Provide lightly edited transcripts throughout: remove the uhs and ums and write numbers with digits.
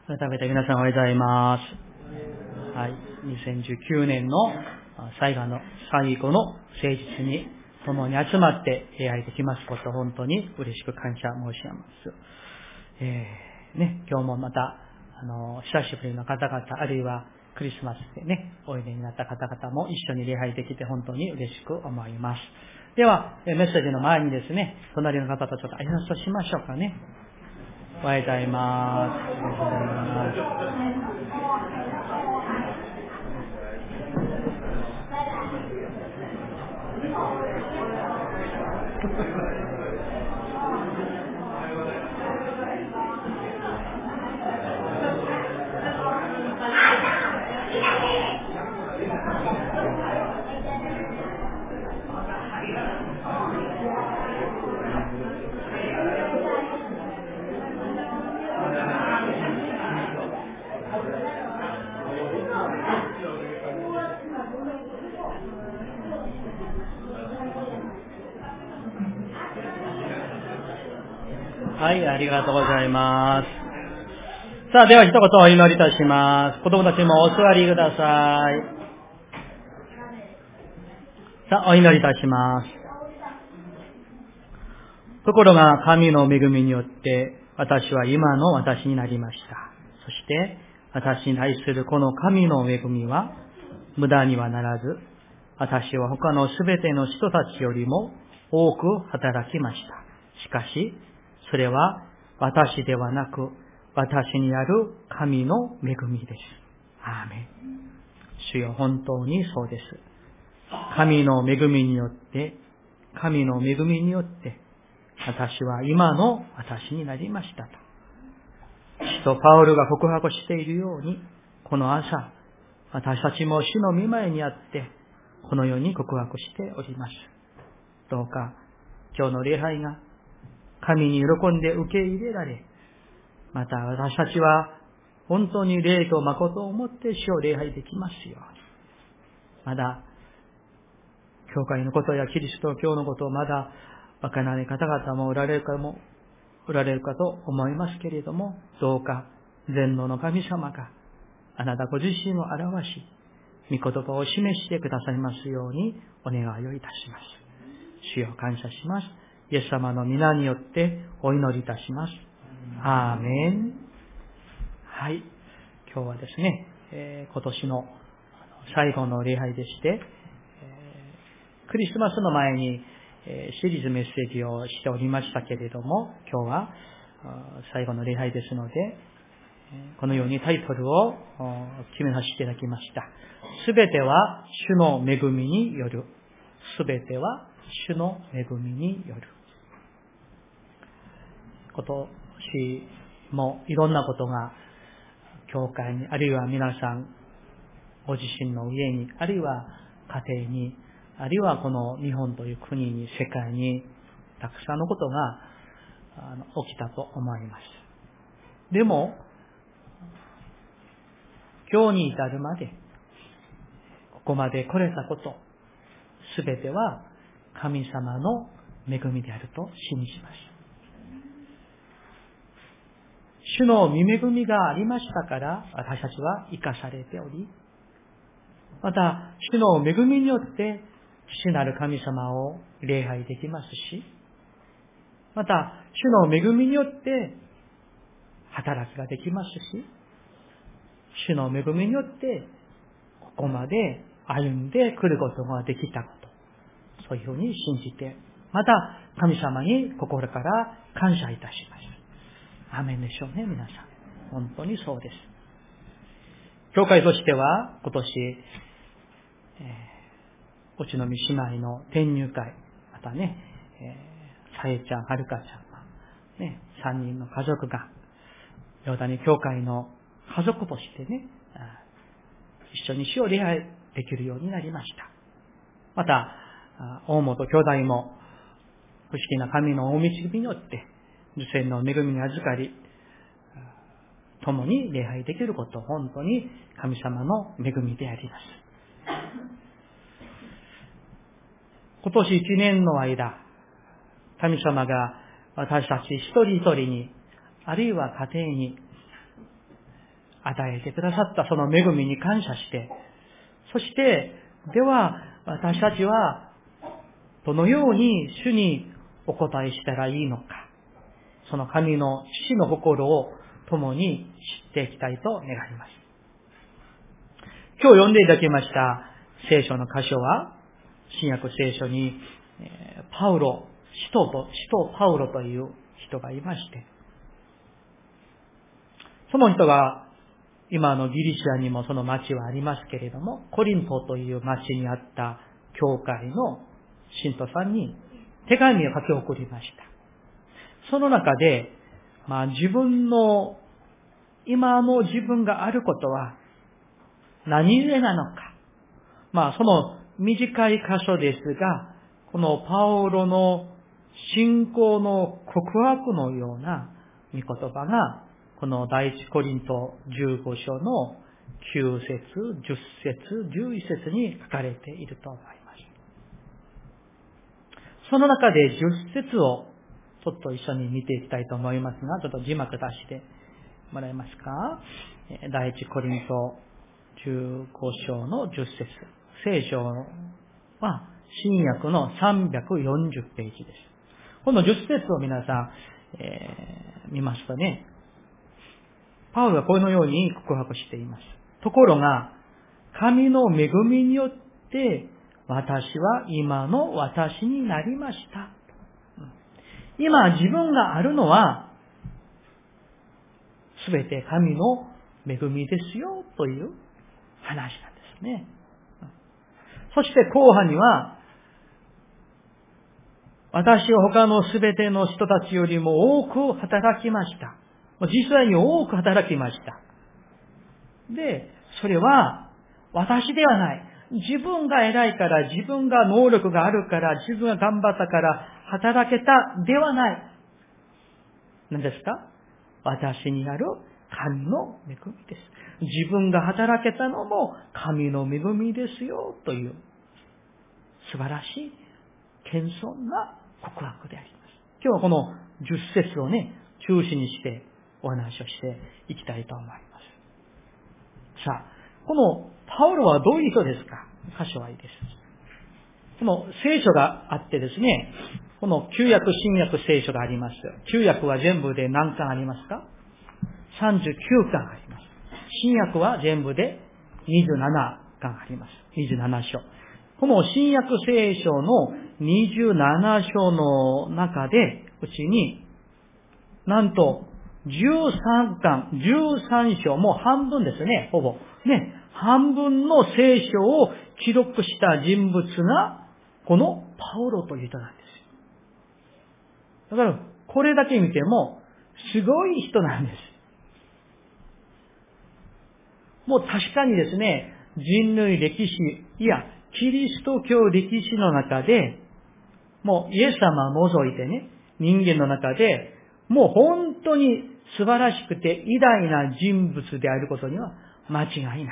改めて皆さんおはようございます。はい、2019年の最後の誠実に共に集まって礼拝できますことを本当に嬉しく感謝申し上げます。今日もまた久しぶりの方々、あるいはクリスマスでねおいでになった方々も一緒に礼拝できて本当に嬉しく思います。ではメッセージの前にですね、隣の方とちょっと挨拶しましょうかね。おはようございます。おはようございますはい、ありがとうございます。さあ、では一言お祈りいたします。子供たちもお座りください。さあ、お祈りいたします。ところが神の恵みによって私は今の私になりました。そして私に対するこの神の恵みは無駄にはならず、私は他のすべての人たちよりも多く働きました。しかし、それは私ではなく、私にある神の恵みです。アーメン。主よ、本当にそうです。神の恵みによって、私は今の私になりましたと。使徒パウルが告白しているように、この朝、私たちも主の御前にあって、このように告白しております。どうか、今日の礼拝が神に喜んで受け入れられ、また私たちは本当に霊と誠をもって主を礼拝できますように。まだ、教会のことやキリスト教のことをまだわからない方々もおられるかと思いますけれども、どうか全能の神様があなたご自身を表し、御言葉を示してくださいますようにお願いをいたします。主よ、感謝します。イエス様の皆によってお祈りいたします。アーメン。はい。今日はですね、今年の最後の礼拝でして、クリスマスの前にシリーズメッセージをしておりましたけれども、今日は最後の礼拝ですので、このようにタイトルを決めさせていただきました。すべては主の恵みによる。すべては主の恵みによる。今年もいろんなことが教会に、あるいは皆さんご自身の家に、あるいは家庭に、あるいはこの日本という国に、世界にたくさんのことが起きたと思います。でも今日に至るまで、ここまで来れたこと、すべては神様の恵みであると信じます。主の御恵みがありましたから、私たちは生かされており、また、主の恵みによって、父なる神様を礼拝できますし、また、主の恵みによって、働きができますし、主の恵みによって、ここまで歩んでくることができたこと、そういうふうに信じて、また、神様に心から感謝いたします。アーメンでしょうね、皆さん。本当にそうです。教会としては、今年、うちの三姉妹の転入会、またね、さえちゃん、はるかちゃん、ね、3人の家族が、ヨダニ教会の家族としてね、一緒に主を礼拝できるようになりました。また、大本兄弟も、不思議な神のお導きによって、受選の恵みに預かり、共に礼拝できること、本当に神様の恵みであります。今年1年の間、神様が私たち一人一人に、あるいは家庭に、 与えてくださったその恵みに感謝して、そして、では私たちはどのように主にお答えしたらいいのか、その神の父の心を共に知っていきたいと願います。今日読んでいただきました聖書の箇所は、新約聖書にパウロ、使徒パウロという人がいまして、その人が今のギリシャにもその町はありますけれども、コリントという町にあった教会の信徒さんに手紙を書き送りました。その中で、自分の、今の自分があることは何故なのか。その短い箇所ですが、このパウロの信仰の告白のような御言葉が、この第一コリント15章の9節、10節、11節に書かれていると思います。その中で10節をちょっと一緒に見ていきたいと思いますが、ちょっと字幕出してもらえますか。第一コリント15章の10節。聖書は新約の340ページです。この10節を皆さん、見ますとね、パウロはこのように告白しています。ところが、神の恵みによって私は今の私になりました。今自分があるのはすべて神の恵みですよという話なんですね。そして後半には、私は他のすべての人たちよりも多く働きました。実際に多く働きました。で、それは私ではない。自分が偉いから、自分が能力があるから、自分が頑張ったから働けたではない。何ですか？私にある神の恵みです。自分が働けたのも神の恵みですよという素晴らしい謙遜な告白であります。今日はこの10節をね、中心にしてお話をしていきたいと思います。さあ、このパウロはどういう人ですか？箇所はいいです。この聖書があってですね、この旧約新約聖書があります。旧約は全部で何巻ありますか？39巻あります。新約は全部で27巻あります。27章。この新約聖書の27章の中で、うちに、なんと13巻、13章、もう半分ですね、ほぼ。ね、半分の聖書を記録した人物が、このパウロという人なんですよ。だから、これだけ見ても、すごい人なんです。もう確かにですね、人類歴史、いや、キリスト教歴史の中で、もうイエス様を除いてね、人間の中で、もう本当に素晴らしくて偉大な人物であることには間違いないです。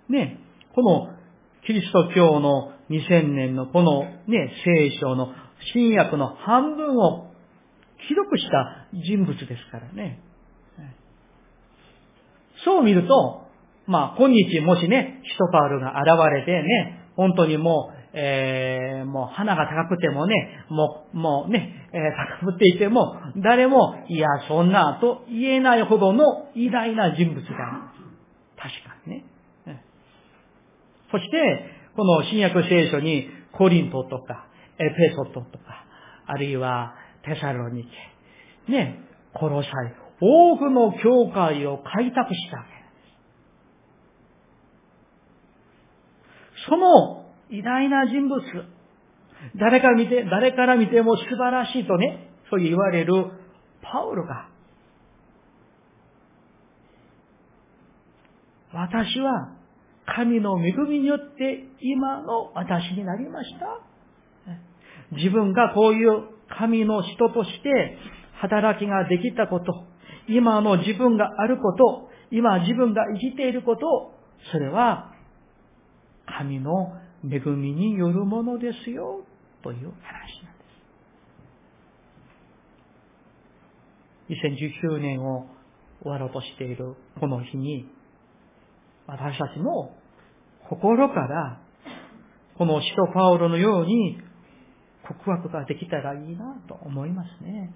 ね、このキリスト教の2000年のこのね、聖書の新約の半分を記録した人物ですからね。そう見ると、今日もしね、使徒パウロが現れてね、本当にもう鼻が高くてもね、もうね、高くっていても、誰も、いや、そんなと言えないほどの偉大な人物があります。確かにね。そして、この新約聖書にコリントとか、エペソとか、あるいはテサロニケ、ね、コロサイ、多くの教会を開拓したわけです。その偉大な人物、誰から見ても素晴らしいとね、そう言われるパウロが、私は神の恵みによって今の私になりました。自分がこういう神の人として働きができたこと、今の自分があること、今自分が生きていること、それは神の恵みによるものですよという話なんです。2019年を終わろうとしているこの日に、私たちも心からこの使徒パウロのように告白ができたらいいなと思いますね。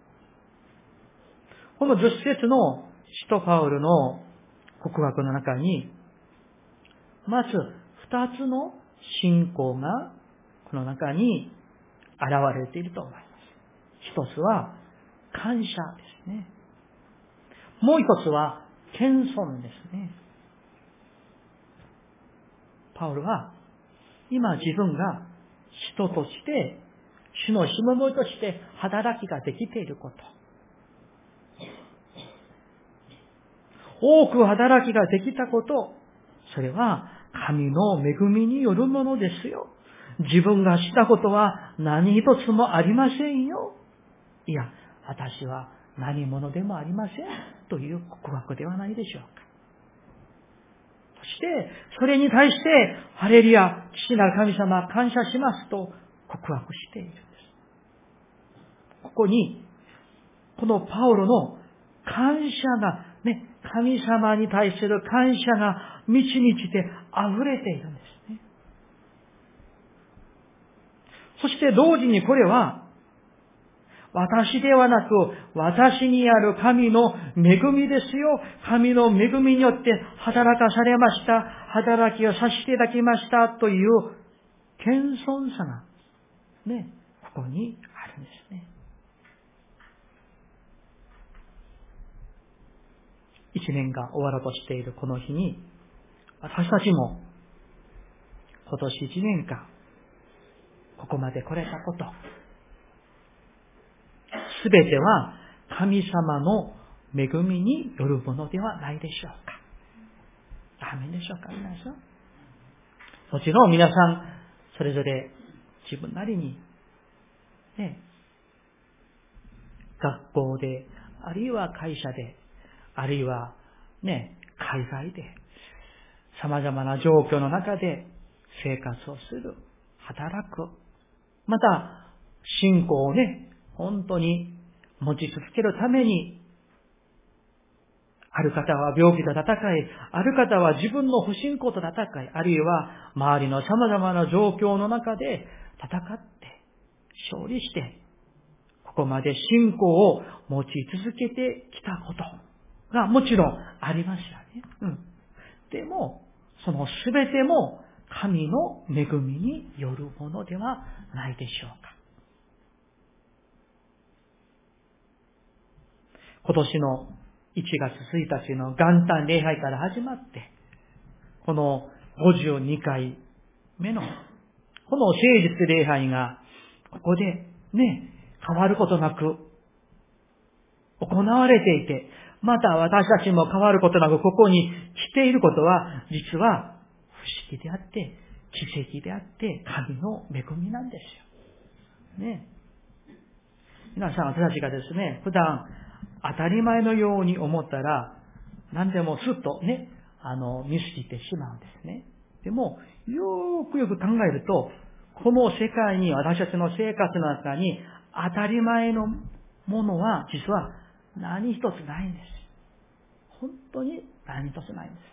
この10節の使徒パウロの告白の中に、まず2つの信仰がこの中に現れていると思います。一つは感謝ですね。もう一つは謙遜ですね。パウロは今自分が人として主のしもべとして働きができていること、多く働きができたこと、それは神の恵みによるものですよ。自分がしたことは何一つもありませんよ。いや、私は何者でもありませんという告白ではないでしょうか。そして、それに対して、ハレルヤ、父なる神様、感謝しますと告白しているんです。ここに、このパウロの感謝が、神様に対する感謝が満ち満ちて溢れているんですね。そして同時にこれは、私ではなく、私にある神の恵みですよ。神の恵みによって働かされました。働きをさせていただきましたという謙遜さが、ここにあるんですね。一年が終わろうとしているこの日に、私たちも今年一年間、ここまで来れたこと、すべては神様の恵みによるものではないでしょうか。アーメンでしょうか、皆さん。もちろん皆さん、それぞれ自分なりに、学校で、あるいは会社で、あるいは海外で、様々な状況の中で生活をする、働く、また信仰を本当に持ち続けるために、ある方は病気と戦い、ある方は自分の不信仰と戦い、あるいは周りの様々な状況の中で戦って勝利して、ここまで信仰を持ち続けてきたことがもちろんありますよね。でも、そのすべても神の恵みによるものではないでしょうか。今年の1月1日の元旦礼拝から始まって、この52回目のこの誠実礼拝がここで変わることなく行われていて、また私たちも変わることなくここに来ていることは、実は不思議であって、奇跡であって、神の恵みなんですよ。皆さん、私たちがですね、普段当たり前のように思ったら、何でもすっと見過ぎてしまうんですね。でも、よくよく考えると、この世界に、私たちの生活の中に、当たり前のものは、実は何一つないんです。本当に何一つないんです。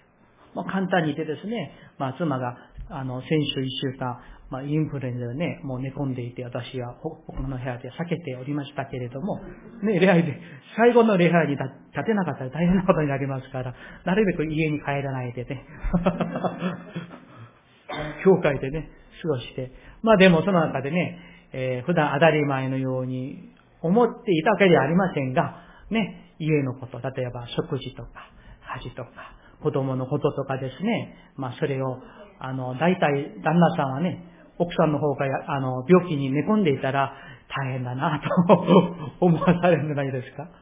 簡単に言ってですね、妻が、先週1週間、インフルエンザでもう寝込んでいて、私は他の部屋で避けておりましたけれども、礼拝で、最後の礼拝に立てなかったら大変なことになりますから、なるべく家に帰らないで教会で過ごして、でもその中で普段当たり前のように思っていたわけではありませんが、家のこと、例えば食事とか、家事とか、子供のこととかですね、それを、大体旦那さんは奥さんの方が、病気に寝込んでいたら大変だなと思わされるんじゃないですか。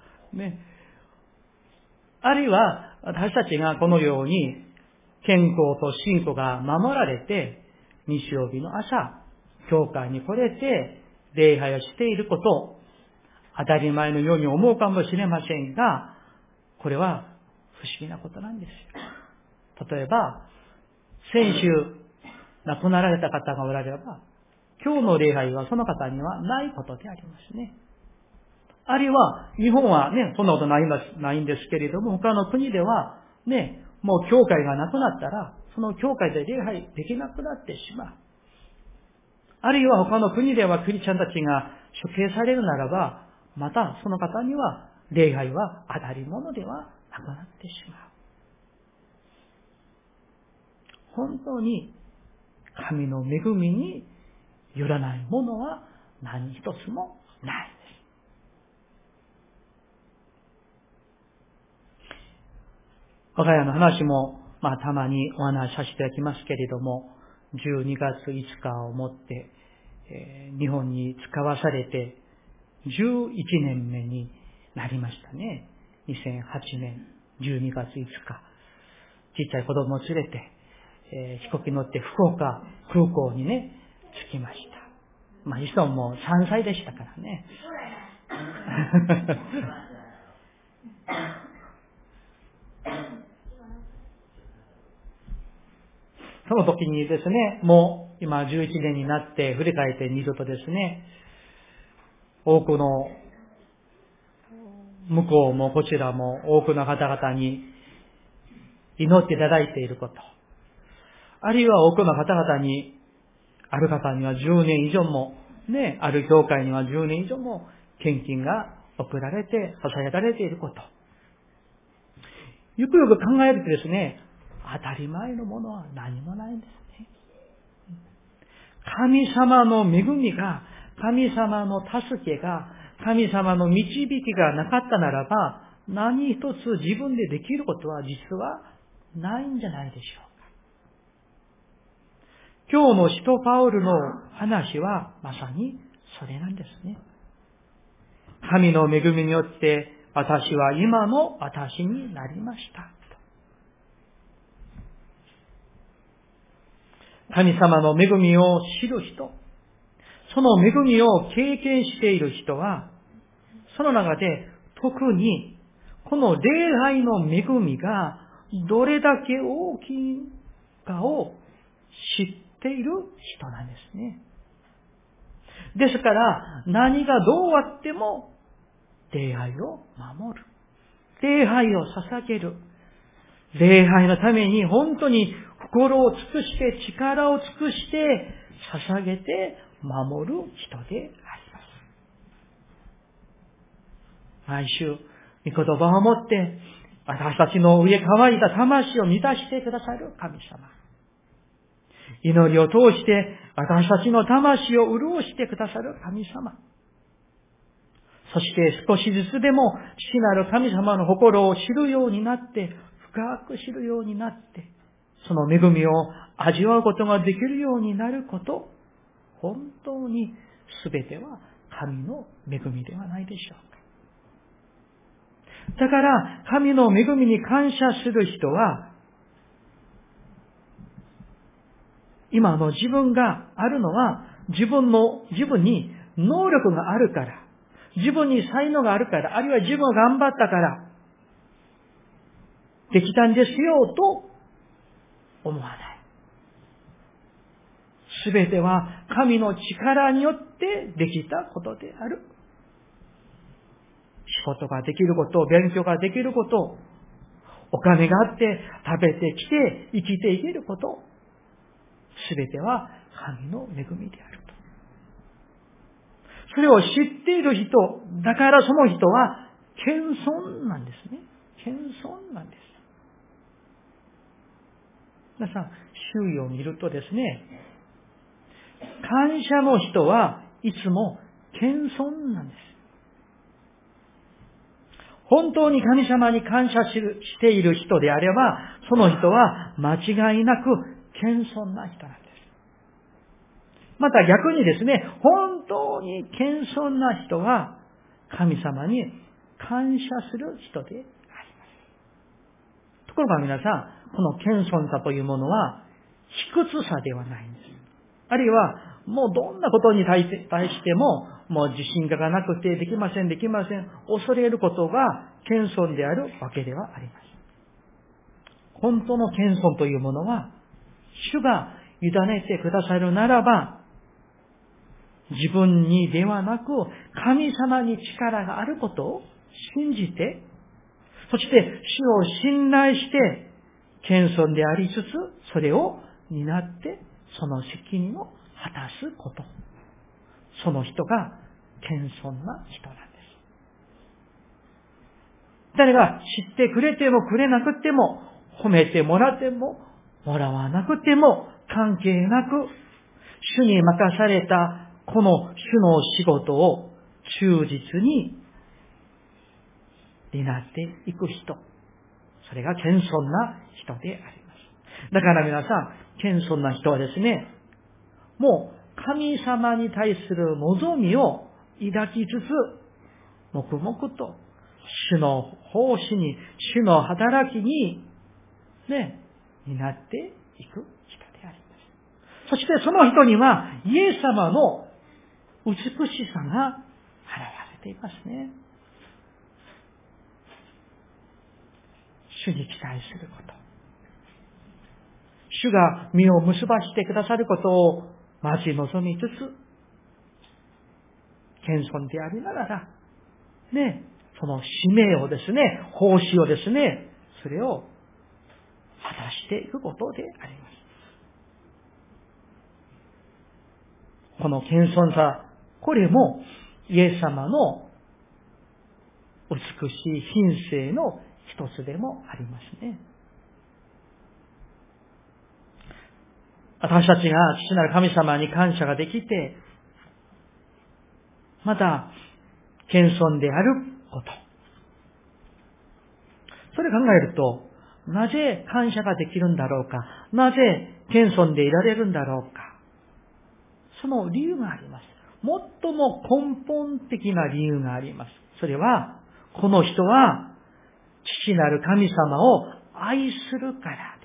あるいは、私たちがこのように、健康と信仰が守られて、日曜日の朝、教会に来れて、礼拝をしていることを、当たり前のように思うかもしれませんが、これは不思議なことなんですよ。例えば、先週亡くなられた方がおられれば、今日の礼拝はその方にはないことでありますね。 あるいは、日本はね、そんなことないんですけれども、他の国では、ね、もう教会がなくなったら、その教会で礼拝できなくなってしまう。あるいは他の国ではクリスチャンたちが処刑されるならば、またその方には礼拝は当たり前ではなくなってしまう。本当に神の恵みによらないものは何一つもないです。我が家の話も、たまにお話しさせていただきますけれども、12月5日をもって、日本に使わされて11年目になりましたね。2008年12月5日、ちっちゃい子供を連れて、飛行機に乗って福岡空港にね、着きました。一緒も3歳でしたからね。その時にですね、もう今11年になって振り返ってみるとですね、多くの向こうもこちらも多くの方々に祈っていただいていること、あるいは多くの方々に、ある方には10年以上も、ね、ある教会には10年以上も献金が送られて、捧げられていること。よくよく考えるとですね、当たり前のものは何もないんですね。神様の恵みが、神様の助けが、神様の導きがなかったならば、何一つ自分でできることは実はないんじゃないでしょうか。今日の使徒パウルの話はまさにそれなんですね。神の恵みによって私は今の私になりました。神様の恵みを知る人、その恵みを経験している人は、その中で特にこの礼拝の恵みがどれだけ大きいかを知っている人なんですね。ですから何がどうあっても礼拝を守る。礼拝を捧げる。礼拝のために本当に心を尽くして力を尽くして捧げて守る人であります。毎週、御言葉を持って私たちの上乾いた魂を満たしてくださる神様。祈りを通して私たちの魂を潤してくださる神様。そして少しずつでも父なる神様の心を知るようになって、深く知るようになって、その恵みを味わうことができるようになること、本当に全ては神の恵みではないでしょうか。だから神の恵みに感謝する人は、今の自分があるのは自分に能力があるから、自分に才能があるから、あるいは自分が頑張ったからできたんですよと思わない。すべては神の力によってできたことである。仕事ができること、勉強ができること、お金があって食べてきて生きていけること、すべては神の恵みであると。それを知っている人、だからその人は謙遜なんですね。謙遜なんです。皆さん、周囲を見るとですね、感謝の人はいつも謙遜なんです。本当に神様に感謝している人であれば、その人は間違いなく謙遜な人なんです。また逆にですね、本当に謙遜な人は神様に感謝する人であります。ところが皆さん、この謙遜さというものは卑屈さではないんです。あるいはもうどんなことに対してももう自信がなくてできません、恐れることが謙遜であるわけではあります。本当の謙遜というものは、主が委ねてくださるならば、 自分にではなく神様に力があることを信じて、そして主を信頼して謙遜でありつつ、それを担ってその責任を果たすこと。その人が謙遜な人なんです。誰が知ってくれてもくれなくても、褒めてもらってももらわなくても関係なく、主に任されたこの主の仕事を忠実に担っていく人。それが謙遜な人であります。だから皆さん、謙遜な人はですね、もう神様に対する望みを抱きつつ、黙々と主の奉仕に、主の働きに、ね、担っていく人であります。そしてその人には、イエス様の美しさが現れていますね。主に期待すること。主が実を結ばしてくださることを待ち望みつつ、謙遜でありながら、ね、その使命をですね、奉仕をですね、それを果たしていくことであります。この謙遜さ、これもイエス様の美しい品性の一つでもありますね。私たちが父なる神様に感謝ができて、また、謙遜であること。それを考えると、なぜ感謝ができるんだろうか。なぜ謙遜でいられるんだろうか。その理由があります。最も根本的な理由があります。それは、この人は、父なる神様を愛するからです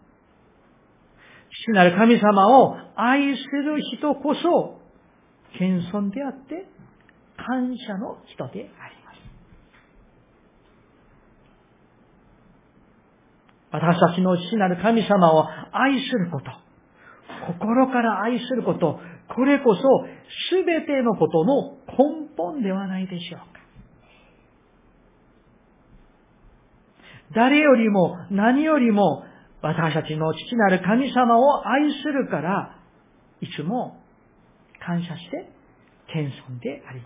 。父なる神様を愛する人こそ、謙遜であって、感謝の人であります。私たちの父なる神様を愛すること、心から愛すること、これこそすべてのことの根本ではないでしょうか。誰よりも何よりも私たちの父なる神様を愛するから、いつも感謝して謙遜であります。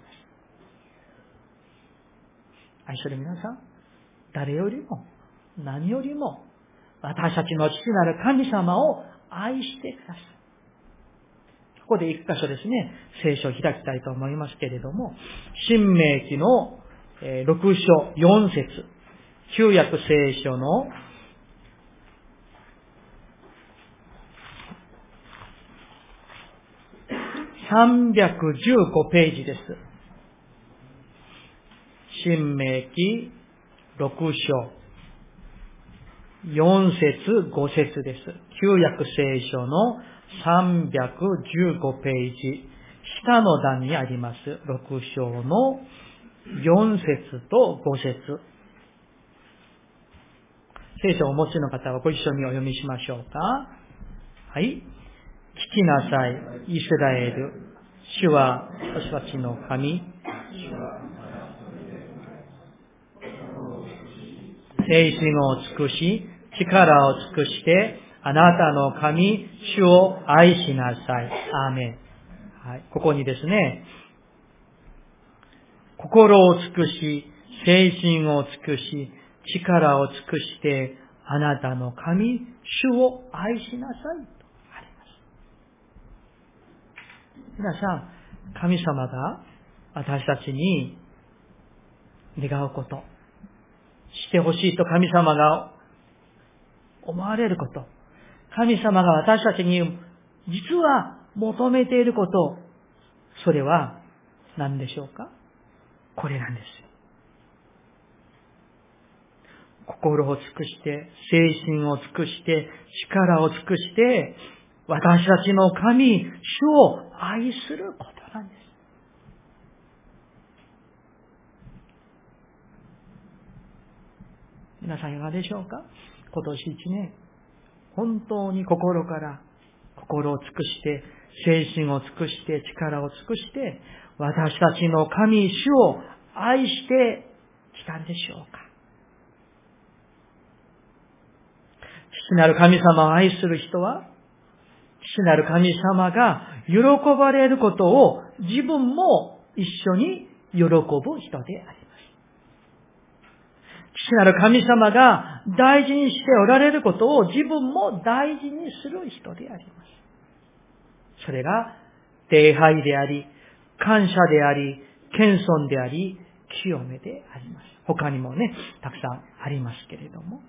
愛する皆さん、誰よりも何よりも私たちの父なる神様を愛してください。ここで一箇所ですね、聖書を開きたいと思いますけれども、申命記の6章4節、旧約聖書の315ページです。申命記6章4節5節です。旧約聖書の315ページ、下の段にあります。6章の4節と5節。聖書をお持ちの方はご一緒にお読みしましょうか。はい。聞きなさい、イスラエル。主は私たちの神。誠心を尽くし、力を尽くして、あなたの神、主を愛しなさい。アーメン。はい。ここにですね、心を尽くし、誠心を尽くし、力を尽くして、あなたの神、主を愛しなさい。とあります。皆さん、神様が私たちに願うこと、してほしいと神様が思われること、神様が私たちに実は求めていること、それは何でしょうか？これなんです。心を尽くして、誠心を尽くして、力を尽くして、私たちの神、主を愛することなんです。皆さんいかがでしょうか？今年一年、本当に心から心を尽くして、 精神を尽くして力を尽くして私たちの神主を愛してきたんでしょうか。父なる神様を愛する人は、父なる神様が喜ばれることを自分も一緒に喜ぶ人であります。父なる神様が大事にしておられることを自分も大事にする人であります。それが礼拝であり、感謝であり、謙遜であり、清めであります。他にもね、たくさんありますけれども。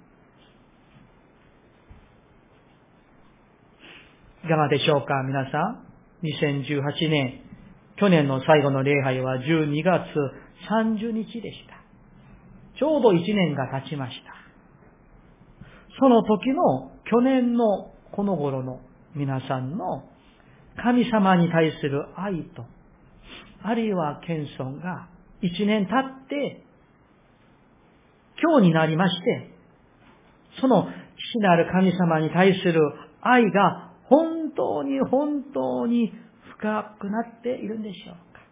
いかがでしょうか、皆さん。2018年、去年の最後の礼拝は12月30日でした。ちょうど1年が経ちました。その時の去年のこの頃の皆さんの神様に対する愛と、あるいは謙遜が1年経って今日になりまして、その父なる神様に対する愛が本当に深くなっているんでしょうか。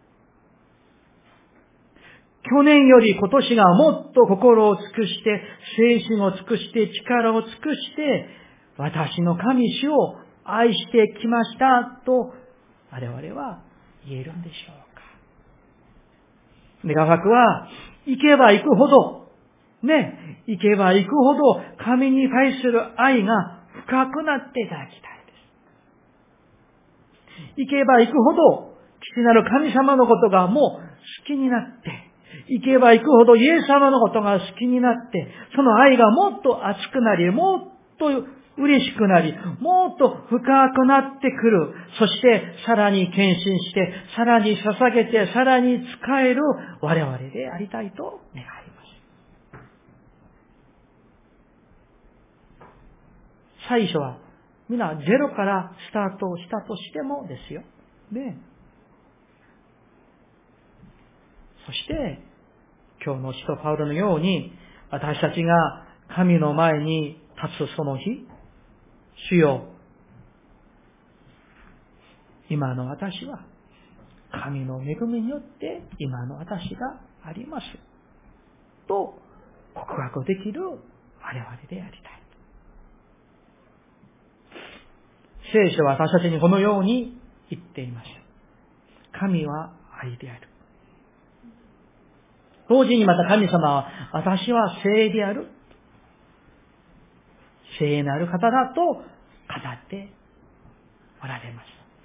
去年より今年がもっと心を尽くして、精神を尽くして、力を尽くして、私の神主を愛してきましたと、我々は言えるんでしょうか。で、雅楽は、行けば行くほど、行けば行くほど、神に対する愛が深くなっていただきたいです。行けば行くほど、父なる神様のことがもう好きになって、行けば行くほどイエス様のことが好きになって、その愛がもっと熱くなり、もっと嬉しくなり、もっと深くなってくる。そして、さらに献身して、さらに捧げて、さらに使える我々でありたいと願います。最初は、皆ゼロからスタートしたとしてもですよ。そして、今日の使徒パウロのように、私たちが神の前に立つその日、主よ、今の私は神の恵みによって今の私がありますと告白できる我々でありたい。聖書は私たちにこのように言っています。神は愛である。同時にまた神様は私は聖である。聖なる方だと語っておられます。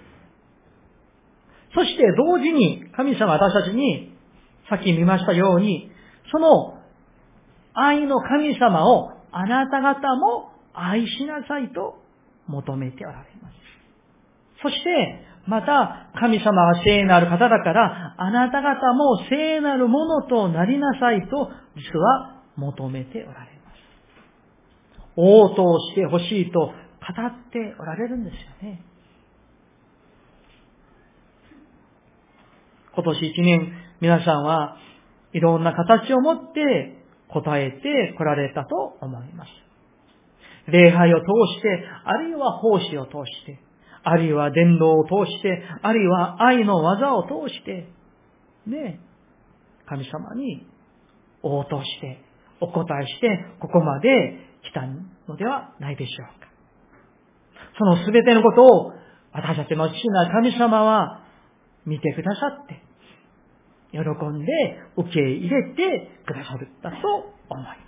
そして同時に神様は私たちにさっき見ましたように、その愛の神様をあなた方も愛しなさいと求めておられます。そしてまた神様は聖なる方だからあなた方も聖なるものとなりなさいと実は求めておられます。応答してほしいと語っておられるんですよね。今年一年皆さんはいろんな形を持って答えて来られたと思います。礼拝を通して、あるいは奉仕を通して、あるいは伝道を通して、あるいは愛の技を通して、神様に応答して、お答えして、ここまで来たのではないでしょうか。そのすべてのことを私たちの父なる神様は見てくださって、喜んで受け入れてくださったと思います。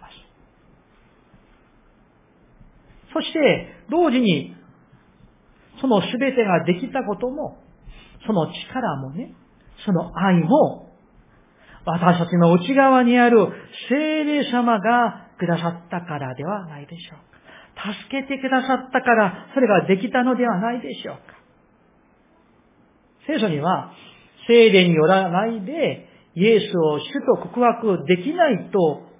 そして同時にそのすべてができたことも、その力もその愛も私たちの内側にある聖霊様がくださったからではないでしょうか。助けてくださったからそれができたのではないでしょうか。聖書には聖霊によらないでイエスを主と告白できないと語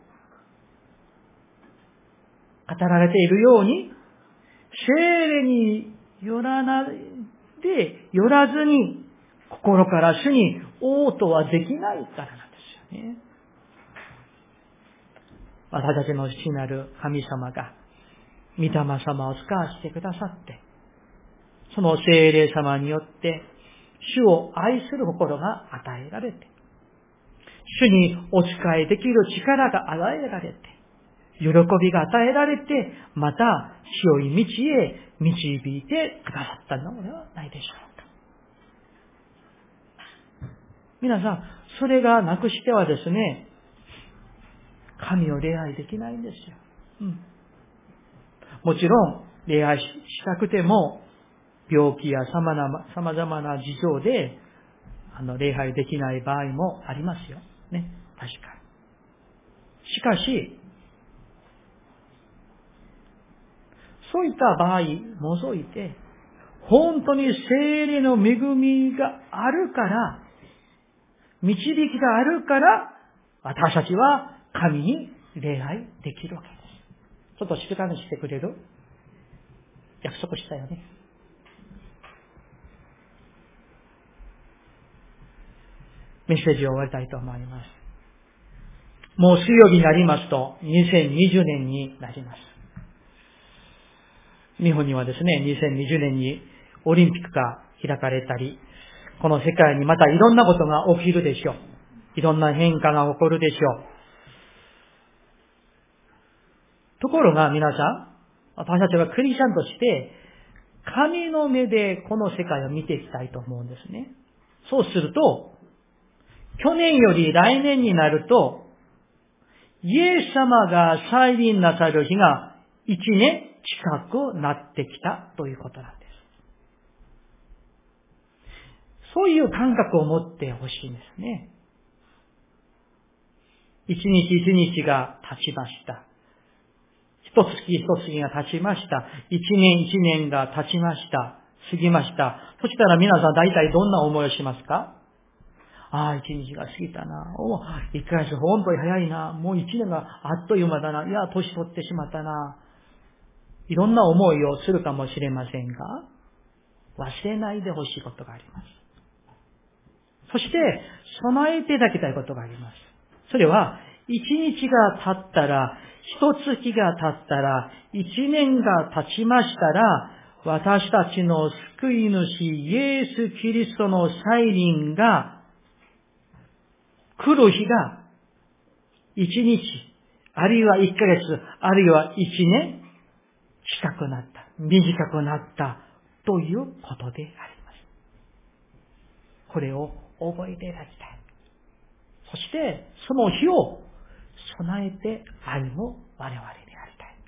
られているように、聖霊によらずに心から主に応答はできないからなんですよね。私たちの父なる神様が御霊様を使わせてくださって、 その聖霊様によって、主を愛する心が与えられて、主にお仕えできる力が与えられて、喜びが与えられて、また、清い道へ導いてくださったのではないでしょうか。皆さん、それがなくしてはですね、神を礼拝できないんですよ。もちろん、礼拝したくても、病気や様々な事情で、礼拝できない場合もありますよ。ね。確かに。しかし、そういった場合、除いて、本当に聖霊の恵みがあるから、導きがあるから、私たちは神に礼拝できるわけです。ちょっと静かにしてくれる？約束したよね。メッセージを終わりたいと思います。もう水曜日になりますと、2020年になります。日本にはですね、2020年にオリンピックが開かれたり、この世界にまたいろんなことが起きるでしょう。いろんな変化が起こるでしょう。ところが皆さん、私たちはクリスチャンとして、神の目でこの世界を見ていきたいと思うんですね。そうすると、去年より来年になると、イエス様が再臨なさる日が1年近くなってきたということなんです。そういう感覚を持ってほしいんですね。一日一日が経ちました。一月一月が経ちました。一年一年が経ちました。過ぎました。そしたら皆さん大体どんな思いをしますか？ああ、一日が過ぎたな。お、一ヶ月本当に早いな。もう一年があっという間だな。いや、年取ってしまったな。いろんな思いをするかもしれませんが、忘れないでほしいことがあります。そして、備えていただきたいことがあります。それは、一日が経ったら、一月が経ったら、一年が経ちましたら、私たちの救い主イエス・キリストの再臨が来る日が、一日、あるいは一ヶ月、あるいは一年、近くなった、短くなったということであります。これを覚えていただきたい。そして、その日を備えて歩む我々でありたい。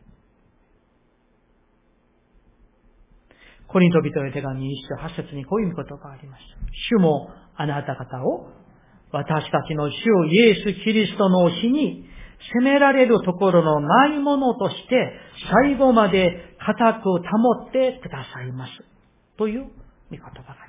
コリント人へ手紙1章8節にこういう言葉がありました。主もあなた方を私たちの主イエス・キリストの日に責められるところのないものとして最後まで固く保ってくださいます。という御言葉があります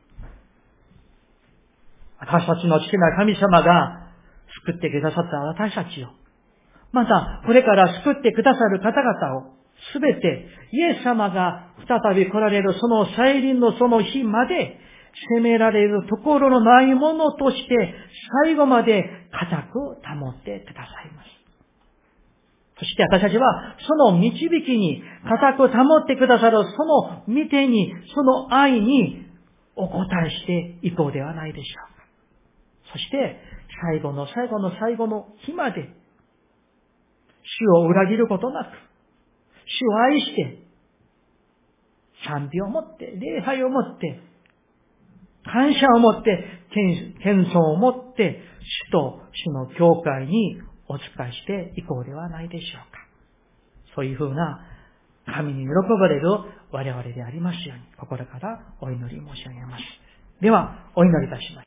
。私たちの父なる神様が救ってくださった私たちを、またこれから救ってくださる方々をすべてイエス様が再び来られるその再臨のその日まで責められるところのないものとして最後まで固く保ってくださいます。そして私たちはその導きに固く保ってくださるその御手にその愛にお答えしていこうではないでしょうか。そして最後の最後の最後の日まで主を裏切ることなく主を愛して賛美を持って礼拝を持って感謝を持って、謙遜を持って、主と主の教会にお仕えしていこうではないでしょうか。そういうふうな神に喜ばれる我々でありますように、心からお祈り申し上げます。では、お祈りいたします。